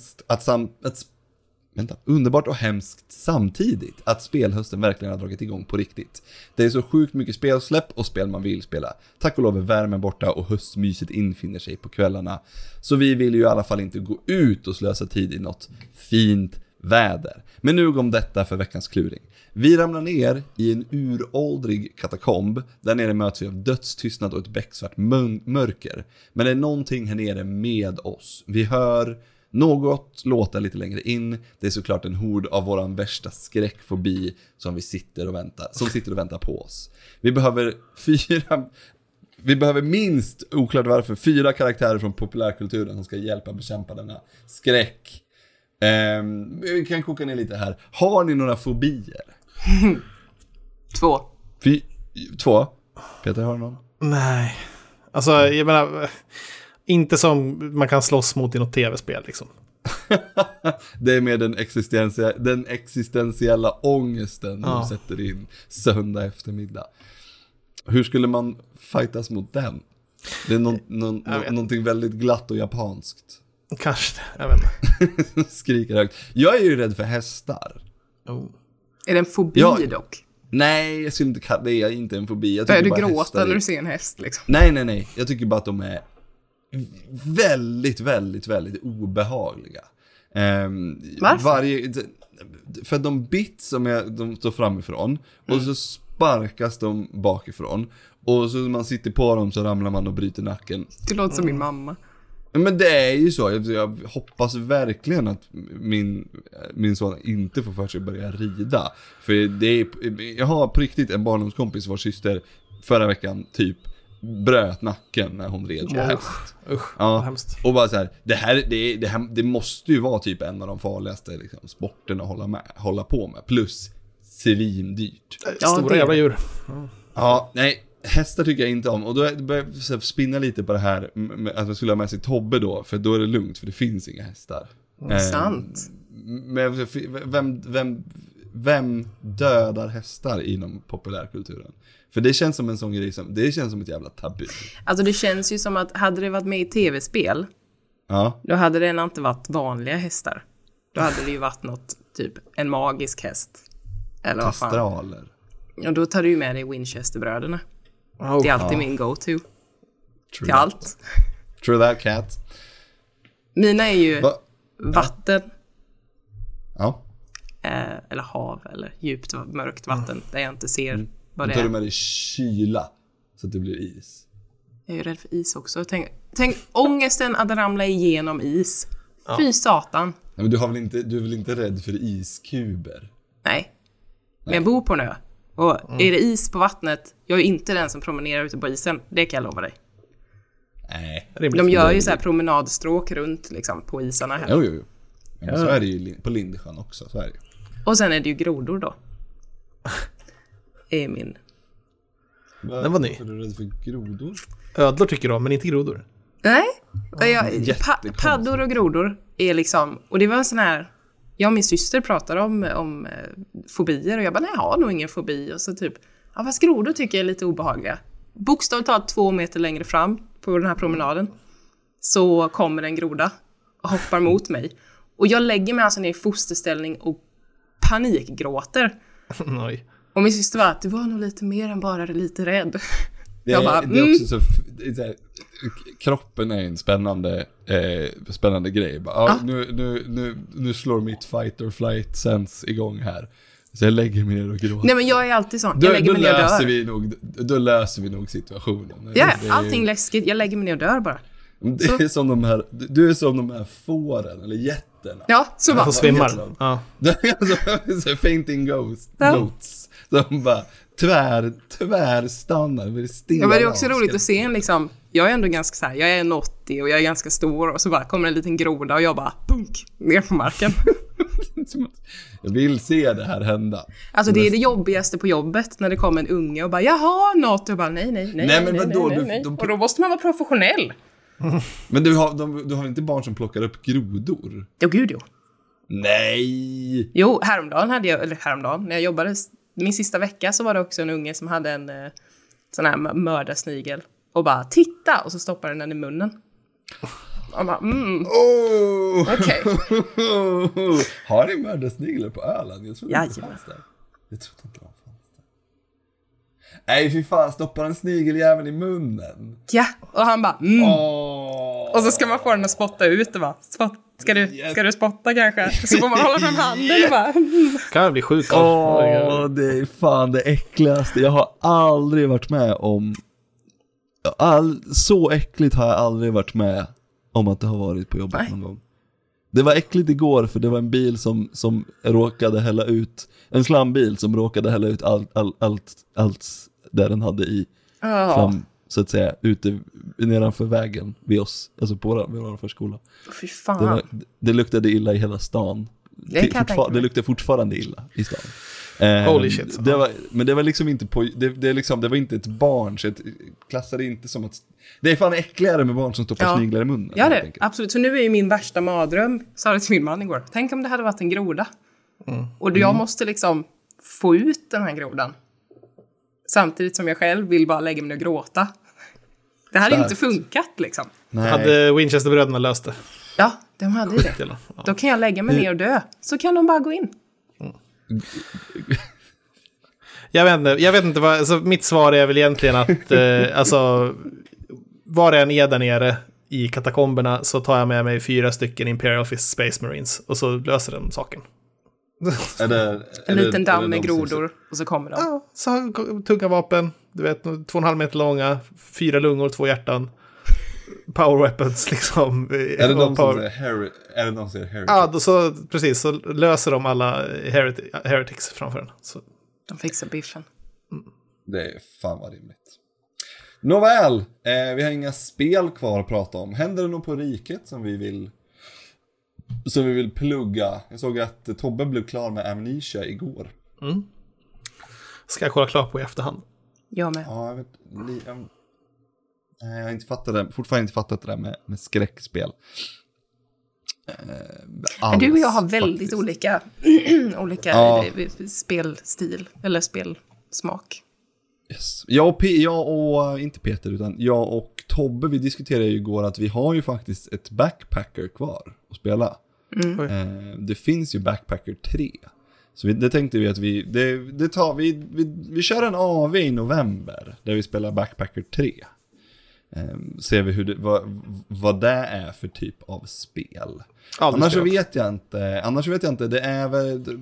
och hemskt samtidigt att spelhösten verkligen har dragit igång på riktigt. Det är så sjukt mycket spelsläpp och spel man vill spela. Tack och lov är värmen borta och höstmyset infinner sig på kvällarna. Så vi vill ju i alla fall inte gå ut och slösa tid i något fint väder. Men nu om detta för veckans kluring. Vi ramlar ner i en uråldrig katakomb. Där nere möts vi av dödstystnad och ett becksvart mörker. Men det är någonting här nere med oss. Vi hör något låta lite längre in. Det är såklart en hord av våran värsta skräckfobi som sitter och väntar på oss. Vi behöver minst, oklart varför, 4 karaktärer från populärkulturen som ska hjälpa bekämpa denna skräck. Vi kan koka ner lite här. Har ni några fobier? 2. 2? Peter, har du någon? Nej. Alltså, jag menar, inte som man kan slåss mot i något tv-spel liksom. Det är mer den existentiella ångesten du sätter in söndag eftermiddag. Hur skulle man fightas mot den? Det är någonting väldigt glatt och japanskt. Kanske, jag vet inte. Skriker högt. Jag är ju rädd för hästar. Är det en fobi dock? Nej, jag skulle inte kalla det är inte en fobi. Är du gråta när du ser en häst liksom? Nej. Jag tycker bara att de är väldigt, väldigt, väldigt obehagliga. Varför? För de bit som de står framifrån och så sparkas de bakifrån och så när man sitter på dem så ramlar man och bryter nacken. Det låter som min mamma. Men det är ju så. Jag hoppas verkligen att min son inte får för sig att börja rida. För jag har på riktigt en barndomskompis vars syster förra veckan typ bröt nacken när hon red på häst. Hemskt. Och bara så här, det måste ju vara typ en av de farligaste liksom, sporterna att hålla på med. Plus svindyrt. Stora jävla djur. Ja, nej. Hästar tycker jag inte om. Och då börjar jag spinna lite på det här att man skulle ha med sig Tobbe då. För då är det lugnt, för det finns inga hästar. Sant. Men vem dödar hästar inom populärkulturen? För det känns som en sån grej det känns som ett jävla tabu. Alltså det känns ju som att hade det varit med i tv-spel, då hade det inte varit vanliga hästar. Då hade det ju varit något, typ en magisk häst. Eller vad fan. Kastraler. Och då tar du ju med dig Winchester-bröderna. Det är alltid min go-to. Till allt. True that, cat. Mina är ju vatten. Ja. Eller hav, eller djupt mörkt vatten där jag inte ser vad det är. Då tar du med dig kyla så att det blir is. Jag är ju rädd för is också. Tänk ångesten att ramla igenom is. Fy satan. Nej, men du är väl inte rädd för iskuber? Nej. Men jag bor på en ö. Och är det is på vattnet, jag är inte den som promenerar ute på isen. Det kan jag lova dig. Nej. De gör ju så här promenadstråk runt liksom, på isarna här. Jo. Ja, så är det ju på Lindesjön också. Så är det ju. Och sen är det ju grodor då. Är min. Den var ny. Varför är du rädd för grodor? Ödlor tycker du om, men inte grodor. Nej. Paddor och grodor är liksom. Och det var en sån här. Jag och min syster pratade om fobier och jag bara, nej, jag har nog ingen fobi. Och så typ, fast grodor tycker jag är lite obehagliga. Bokstavligt talat 2 meter längre fram på den här promenaden så kommer en groda och hoppar mot mig. Och jag lägger mig alltså ner i fosterställning och panikgråter. Nej. Och min syster var att det var nog lite mer än bara lite rädd. Det är också så kroppen är en spännande grej. Nu slår mitt fight or flight sense igång här. Så jag lägger mig ner och gråter. Nej, men jag är alltid sån. Jag lägger mig ner och dör. Då löser vi nog situationen. Ja, allting läskigt. Jag lägger mig ner och dör bara. Det är som de här, du är som de här fåren eller jätterna. Ja, så bara. Svimmar. Ja. Fainting goats. De bara tyvärr stannar. Ja, men det är också roligt att se en liksom. Jag är ändå ganska så här, jag är 1,80 och jag är ganska stor och så bara kommer en liten groda och jag bara punk ner på marken. Jag vill se det här hända. Alltså det är det jobbigaste på jobbet när det kommer en unge och bara jaha, något och bara nej. Och då måste man vara professionell. Men du har inte barn som plockar upp grodor? Jo, gud jo. Nej. Jo, häromdagen när jag jobbade min sista vecka så var det också en unge som hade en sån här mördarsnigel och bara titta och så stoppade den i munnen. Och bara, okej. Har ni mördarsniglar på Öland? Jag tror inte det fanns där. Jag tror inte det fanns där. Nej, fy fan, stoppar en snigeljäveln i munnen. Ja, och han bara Och så ska man få den att spotta ut och bara, ska du spotta kanske? Så får man hålla fram handen och bara Kan jag bli sjuk av? Det är fan det äckligaste. Jag har aldrig varit med om så äckligt har jag aldrig varit med om att det har varit på jobbet någon gång. Det var äckligt igår för det var en bil som råkade hälla ut, en slambil som råkade hälla ut allt där den hade i slam, så att säga, ute nedanför vägen vid oss, alltså på vår förskola. Fy fan. Det luktade illa i hela stan. Det luktar fortfarande illa i stan. Holy shit. Men det var liksom inte det var inte ett barn, så jag klassade inte som att det är fan äckligare med barn som stoppar sniglar i munnen. Ja, det absolut. Så nu är ju min värsta mardröm, sa det till min man igår. Tänk om det hade varit en groda. Och jag måste liksom få ut den här grodan. Samtidigt som jag själv vill bara lägga mig och gråta. Det hade ju inte funkat liksom. Nej. Hade Winchester-bröderna löst det? Ja, de hade ju det. Då kan jag lägga mig ner och dö. Så kan de bara gå in. Jag vet inte vad, alltså mitt svar är väl egentligen att alltså var jag än är där nere i katakomberna så tar jag med mig 4 stycken Imperial Space Marines och så löser de saken. En liten damm med grodor och så kommer de. Ja, så tunga vapen, du vet, 2,5 meter långa, 4 lungor, 2 hjärtan. Power weapons liksom. Är det de som säger Heretics? Ja, så, precis, så löser de alla Heretics framför den. Så. De fixar biffen. Det är fan vad rimligt. Nåväl, vi har inga spel kvar att prata om. Händer det något på riket som vi vill plugga? Jag såg att Tobbe blev klar med Amnesia igår. Ska jag kolla klart på i efterhand? Jag med. Ja, jag har inte fattat det. Fortfarande inte fattat det där med skräckspel. Du och jag har väldigt olika spelstil eller spelsmak. Yes. Jag och inte Peter utan jag och Tobbe, vi diskuterade ju igår att vi har ju faktiskt ett Backpacker kvar att spela. Det finns ju Backpacker 3. Så det tänkte vi att vi kör en AV i november där vi spelar Backpacker 3. Ser vi vad det är för typ av spel. Annars vet jag inte. Det är väl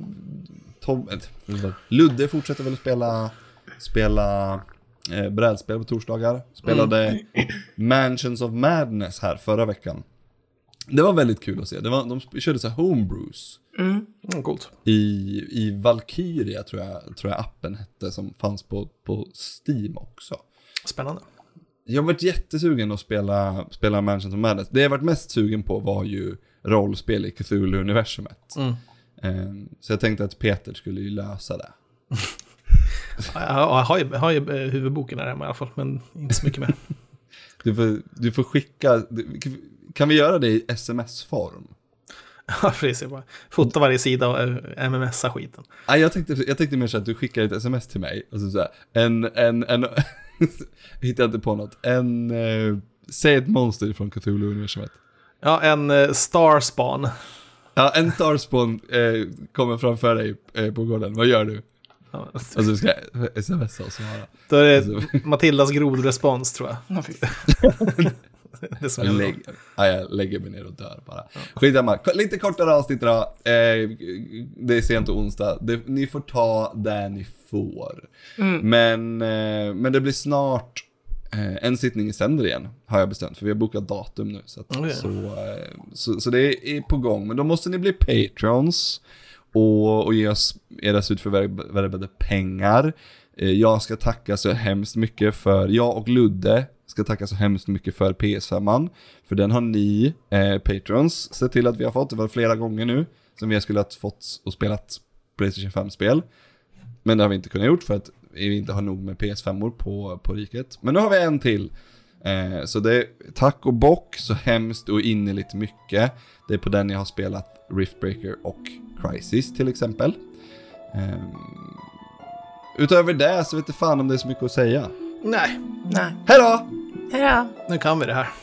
Ludde fortsätter väl spela brädspel på torsdagar. Spelade Mansions of Madness här förra veckan. Det var väldigt kul att se. De körde så här homebrews. Coolt. I Valkyria tror jag appen hette, som fanns på Steam också. Spännande. Jag har varit jättesugen att spela Mansions of Madness. Det jag varit mest sugen på var ju rollspel i Cthulhu-universumet. Så jag tänkte att Peter skulle ju lösa det. Jag har ju huvudboken där hemma i alla fall, men inte så mycket mer. Du får skicka... Kan vi göra det i sms-form? Ja, precis. Bara fota varje sida och MMS-a skiten. Ja, jag tänkte mer så att du skickar ett sms till mig. Och så här, hittar jag inte på något. Säg ett monster från Cthulhu-universumet. Ja, en Starspawn. Ja, en Starspawn kommer framför dig på gården. Vad gör du? Ja. Alltså du ska smsa och svara. Då är det Matildas grodrespons, tror jag. det som händer. Jag lägger mig ner och dör bara. Skitsamma. Lite kortare avsnitt då. Det är sent och onsdag. Ni får ta det ni får. Men det blir snart en sittning i sänder igen, har jag bestämt. För vi har bokat datum nu. Så det är på gång. Men då måste ni bli patrons och ge oss era utförvärvade pengar. Jag ska tacka så hemskt mycket för... Jag och Ludde ska tacka så hemskt mycket för PS5. För den har ni, patrons, sett till att vi har fått. Det var flera gånger nu som vi skulle ha fått och spelat PlayStation 5-spel. Men det har vi inte kunnat gjort för att vi inte har nog med PS5-or på riket. Men nu har vi en till. Så det är tack och bock så hemskt och innerligt mycket. Det är på den jag har spelat Riftbreaker och Crysis till exempel. Utöver det så vet jag fan om det är så mycket att säga. Nej. Hej då! Hej då! Nu kan vi det här.